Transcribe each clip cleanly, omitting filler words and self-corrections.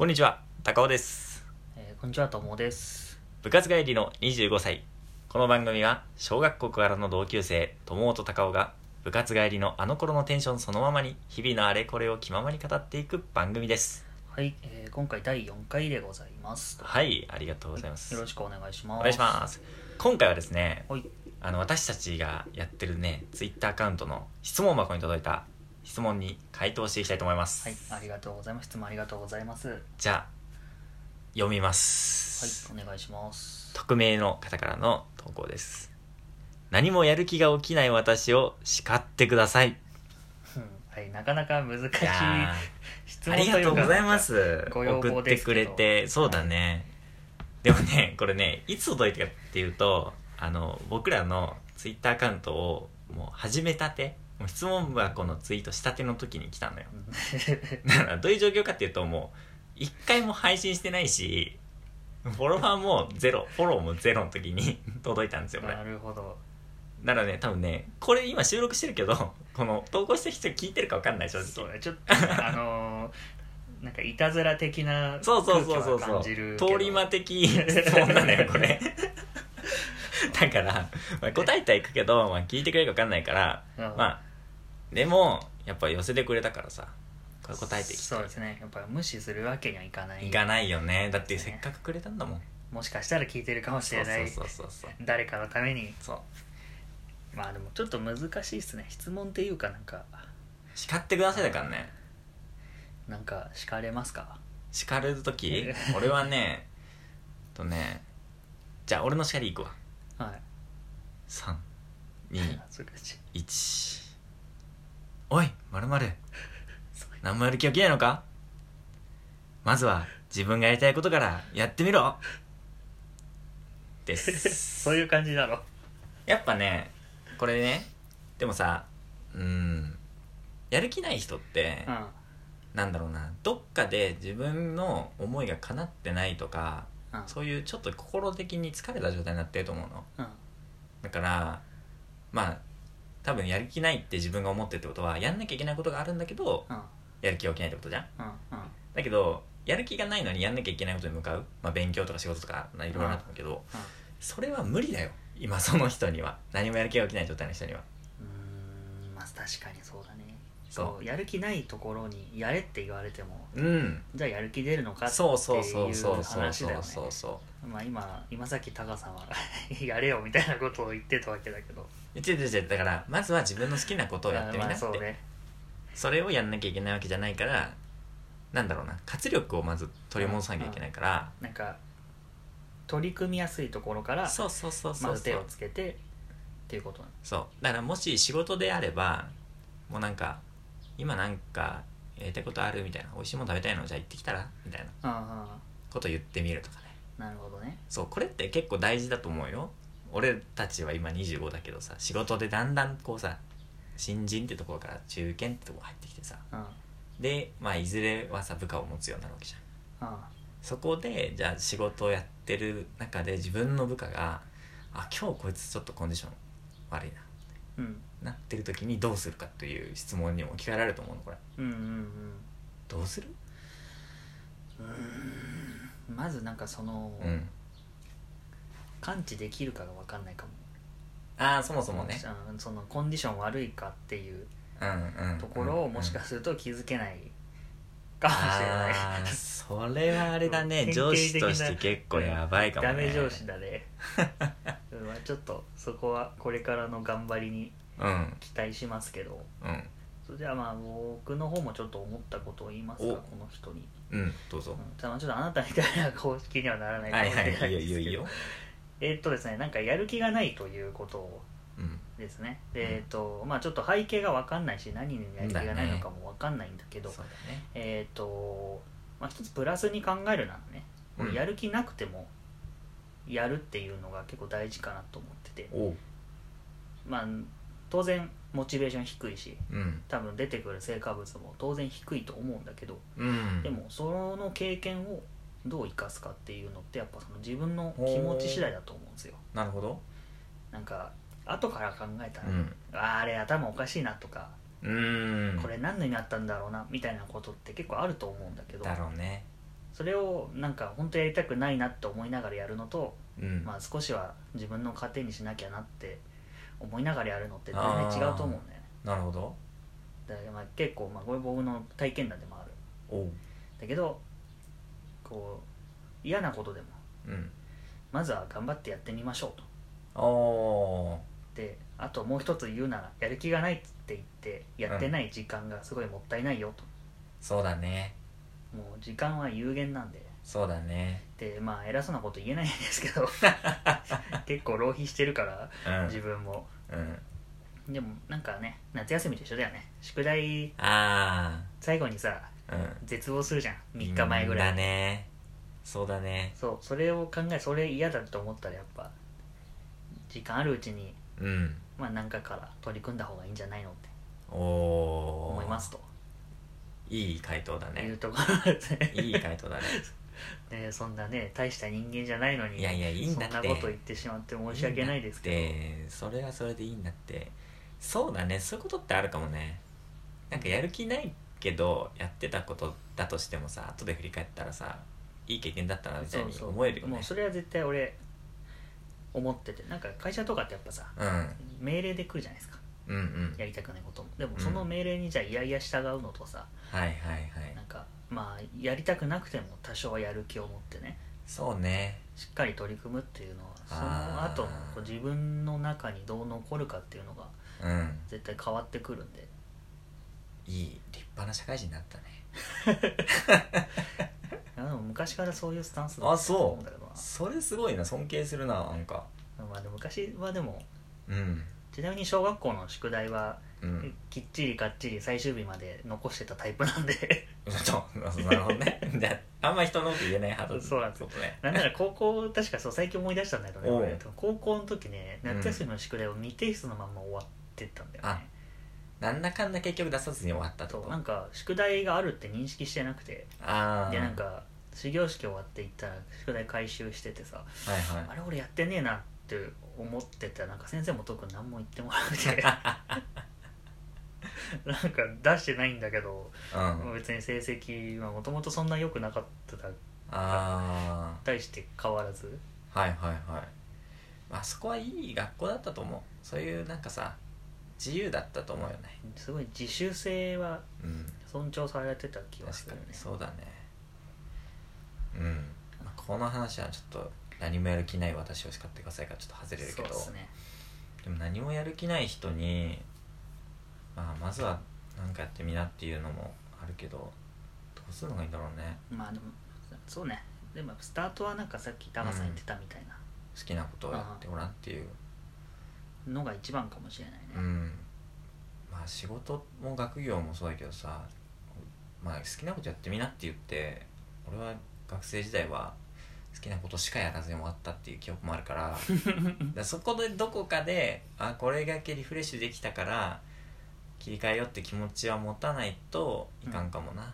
こんにちは、高尾です。 こんにちは、ともです。 部活帰りの25歳。この番組は小学校からの同級生、友尾と高尾が部活帰りのあの頃のテンションそのままに日々のあれこれを気ままに語っていく番組です。 はい、今回第4回でございます。 はい、ありがとうございます。 よろしくお願いします。 お願いします。今回はですね、 はい、 私たちがやってるね、ツイッターアカウントの質問箱に届いた質問に回答していきたいと思います。 はい、ありがとうございます。質問ありがとうございます。 じゃあ読みます。 はい、お願いします。 匿名の方からの投稿です。何もやる気が起きない私を叱ってください。 はい、なかなか難しい質問ありがとうございます。 ご要望ですけど。 送ってくれて、そうだね。でもね、これね、いつ届いたかっていうと、僕らのツイッターアカウントをもう始めたて、もう質問箱のツイートしたての時に来たのよ。だからどういう状況かっていうと、もう一回も配信してないし、フォロワーもゼロ、フォローもゼロの時に届いたんですよ、これ。 なるほど。 だからね、多分ね、これ今収録してるけど、この投稿した人聞いてるか分かんない、正直。 そうね、ちょっとなんかいたずら的な空気は感じるけど、 通り魔的質問なのよこれだから、答えてはいくけど、聞いてくれるか分かんないから、でもやっぱ寄せてくれたからさ、これ答えていきたい。 そうですね、やっぱ無視するわけにはいかない。 いかないよね。だってせっかくくれたんだもん。 もしかしたら聞いてるかもしれない。 そう誰かのために。 そう。 まあでもちょっと難しいっすね、質問っていうか、なんか叱ってくださいだからね。 なんか叱れますか？ 叱るとき俺はねじゃあ俺の叱りいくわ。 はい。 3、2、 それ 1。おい、〇〇。何もやる気起きないのか？まずは自分がやりたいことからやってみろですそういう感じだろ。 やっぱね、これね、でもさ、やる気ない人って、なんだろうな、どっかで自分の思いが叶ってないとか、そういうちょっと心的に疲れた状態になってると思うの。だから多分やる気ないって自分が思ってるってことは、やんなきゃいけないことがあるんだけど、やる気が起きないってことじゃん。だけどやる気がないのにやんなきゃいけないことに向かう、勉強とか仕事とかいろいろあると思うけど、それは無理だよ今その人には。何もやる気が起きない状態の人には。 確かにそうだね。そうやる気ないところにやれって言われても、じゃあやる気出るのかっていう話だよね。今さっきタカさんはやれよみたいなことを言ってたわけだけど、 だからまずは自分の好きなことをやってみなって、 そうね、 それをやんなきゃいけないわけじゃないから、なんだろうな、活力をまず取り戻さなきゃいけないから、 なんか取り組みやすいところからまず手をつけてっていうことなの。 そうだから、もし仕事であれば、もうなんか今なんかやりたいことあるみたいな、美味しいもの食べたいのじゃあ行ってきたらみたいなこと言ってみるとかね。 なるほどね。 そう、これって結構大事だと思うよ。俺たちは今25だけどさ、仕事でだんだんこうさ、新人ってところから中堅ってところ入ってきてさ、でいずれはさ部下を持つようになるわけじゃん。そこでじゃあ仕事をやってる中で自分の部下が今日こいつちょっとコンディション悪いな、なってる時にどうするかという質問にも置き換えられると思うのこれ。どうする？ まずなんかその、感知できるかが分かんないかも。 そもそもね、 そのコンディション悪いかっていうところをもしかすると気づけないかもしれない。 それはあれだね上司として結構やばいかもね。 ダメ上司だねちょっとそこはこれからの頑張りに期待しますけど、それじゃあ僕の方もちょっと思ったことを言いますか、この人に。 どうぞ。 ちょっとあなたみたいな公式にはならないかもしれないですけど、 いいよ。 ですね、なんかやる気がないということをですね。でちょっと背景が分かんないし、何にやる気がないのかも分かんないんだけど、一つプラスに考えるならね、やる気なくてもやるっていうのが結構大事かなと思ってて、当然モチベーション低いし、多分出てくる成果物も当然低いと思うんだけど、でもその経験をどう生かすかっていうのってやっぱその自分の気持ち次第だと思うんですよ。 なるほど。 なんか後から考えたら、あれ頭おかしいなとか、これ何の意味あったんだろうなみたいなことって結構あると思うんだけど、 だろうね。 それをなんか本当やりたくないなって思いながらやるのと、まあ少しは自分の糧にしなきゃなって思いながらやるのって全然違うと思うんだよね。 なるほど。 だからまあ結構これ僕の体験談でもある。だけどこう嫌なことでも、まずは頑張ってやってみましょうと。であともう一つ言うなら、やる気がないって言ってやってない時間がすごいもったいないよと。 そうだね。 もう時間は有限なんで。 そうだね。 でまあ偉そうなこと言えないんですけど結構浪費してるから、自分も、でもなんかね、夏休みと一緒だよね。宿題最後にさ、絶望するじゃん、3日前ぐらい。 だね。そうだね。 そう、それを考え、それ嫌だと思ったらやっぱ時間あるうちに、まあ何かから取り組んだ方がいいんじゃないのって思いますと。 いい回答だね。 いうところですね。 いい回答だね。そんなね大した人間じゃないのに、 いやいいんだって、 そんなこと言ってしまって申し訳ないですけど。 それはそれでいいんだって。そうだね、そういうことってあるかもね。なんかやる気ないけどやってたことだとしてもさ、後で振り返ったらさ、いい経験だったなみたいに思えるよね。 もうそれは絶対俺思ってて、なんか会社とかってやっぱさ、命令で来るじゃないですか、やりたくないことも。でもその命令にじゃあいやいや従うのとさ、なんかまあやりたくなくても多少はやる気を持ってね、 そうね、 しっかり取り組むっていうのは、その後の自分の中にどう残るかっていうのが絶対変わってくるんで、 いい立派な社会人になったね。 でも昔からそういうスタンスだったと思うんだけどな。それすごいな、尊敬するな。なんかまあでも昔はでも、ちなみに小学校の宿題は、きっちりかっちり最終日まで残してたタイプなんでなるほどね。あんま人のこと言えない派だ。 そうなんですよね。なんなら高校、確か最近思い出したんだけどね、高校の時ね、夏休みの宿題を未提出のまま終わってたんだよね。 なんだかんだ結局出さずに終わったと。 なんか宿題があるって認識してなくて、でなんか始業式終わって行ったら宿題回収しててさ、あれ俺やってねえなって思ってたら、なんか先生も特に何も言ってもらうてなんか出してないんだけど、別に成績はもともとそんな良くなかった対して変わらず、 まあそこはいい学校だったと思う。そういうなんかさ、自由だったと思うよね。 すごい自主性は尊重されてた気がするね。 そうだね。この話はちょっと何もやる気ない私を叱ってくださいからちょっと外れるけど、でも何もやる気ない人に、まずは何かやってみなっていうのもあるけど、どうするのがいいんだろうね。 まあでもそうね、でもスタートはなんかさっきタカさん言ってたみたいな、 好きなことをやってごらんっていうのが一番かもしれないね。 まあ仕事も学業もそうだけどさ、まあ好きなことやってみなって言って、俺は学生時代は好きなことしかやらずに終わったっていう記憶もあるからそこでどこかでこれだけリフレッシュできたから切り替えようって気持ちは持たないといかんかもな。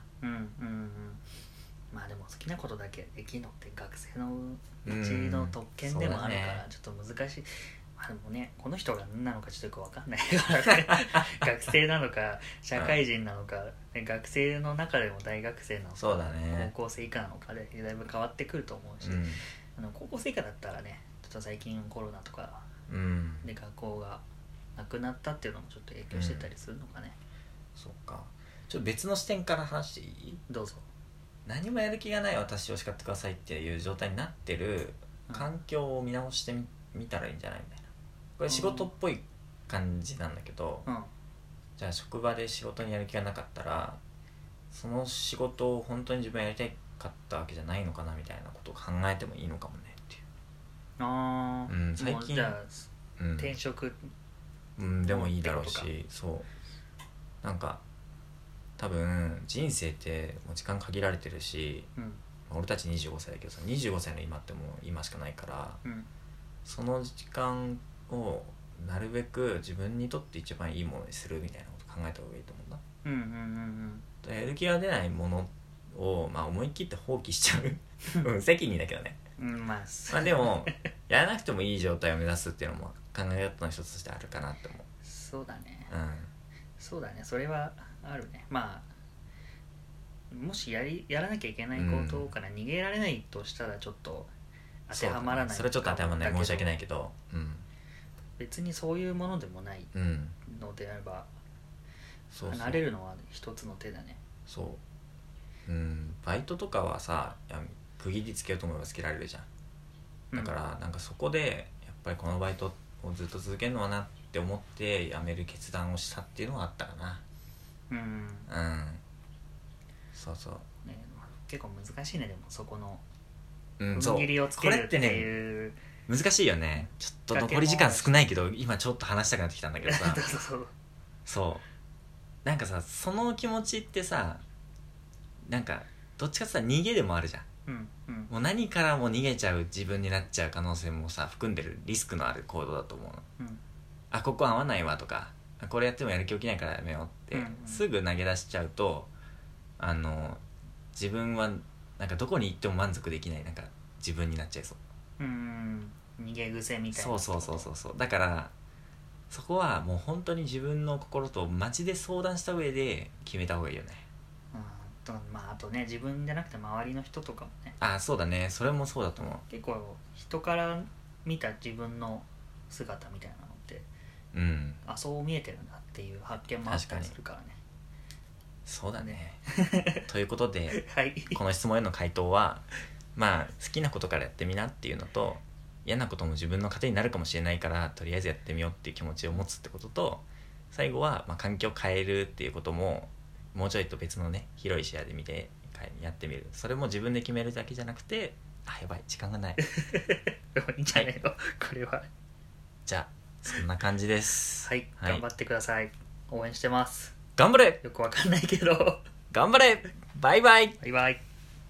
まあでも好きなことだけできるのって学生のうちの特権でもあるからちょっと難しい。でもね、この人が何なのかちょっとよく分かんないからね学生なのか社会人なのか、学生の中でも大学生なのか、 そうだね、 高校生以下なのかでだいぶ変わってくると思うし、高校生以下だったらね、ちょっと最近コロナとかで学校がなくなったっていうのもちょっと影響してたりするのかね。 そっか。ちょっと別の視点から話していい？ どうぞ。 何もやる気がない私を叱ってくださいっていう状態になってる環境を見直してみたらいいんじゃないみたいな。これ仕事っぽい感じなんだけど、じゃあ職場で仕事にやる気がなかったらその仕事を本当に自分やりたかったわけじゃないのかなみたいなことを考えてもいいのかもねっていう。最近じゃあ、転職でもいいだろうし、そうなんか多分人生ってもう時間限られてるし、俺たち25歳だけどさ、25歳の今ってもう今しかないから、その時間をなるべく自分にとって一番いいものにするみたいなこと考えた方がいいと思うんだ。やる気が出ないものを、思い切って放棄しちゃう責任だけどね。でもやらなくてもいい状態を目指すっていうのも考え方の一つとしてあるかなって思う。 そうだね、そうだね、それはあるね。 もしやらなきゃいけないことから逃げられないとしたらちょっと当てはまらない、 それちょっと当てはまらない、申し訳ないけど、 別にそういうものでもないのであれば、離れるのは一つの手だね。 そう、バイトとかはさ、区切りつけようと思えばつけられるじゃん。だからなんかそこでやっぱりこのバイトをずっと続けるのはなって思って辞める決断をしたっていうのはあったかな。そうそう、 ね、結構難しいね。でもそこの踏ん切りをつけるっていう、 難しいよね。ちょっと残り時間少ないけど今ちょっと話したくなってきたんだけどさそうなんかさ、その気持ちってさ、なんかどっちかってさ逃げでもあるじゃん、もう何からも逃げちゃう自分になっちゃう可能性もさ含んでるリスクのある行動だと思うの、あ、ここ合わないわとか、これやってもやる気起きないからやめようって、すぐ投げ出しちゃうと、自分はなんかどこに行っても満足できない、なんか自分になっちゃいそう。 逃げ癖みたいな。 そうだからそこはもう本当に自分の心とマジで相談した上で決めた方がいいよね。 あとね、自分じゃなくて周りの人とかもね。 そうだね、それもそうだと思う。 結構人から見た自分の姿みたいなのって、そう見えてるんだっていう発見もあったりするからね。 そうだねということで、 はいこの質問への回答はまあ好きなことからやってみなっていうのと、嫌なことも自分の糧になるかもしれないからとりあえずやってみようっていう気持ちを持つってことと、最後は環境を変えるっていうことももうちょいと別のね広い視野で見てやってみる。それも自分で決めるだけじゃなくて、やばい時間がないでもいいんじゃないの、これは。 じゃあそんな感じです。 頑張ってください。応援してます。 頑張れ。 よくわかんないけど頑張れ。バイバイ。 バイバイ。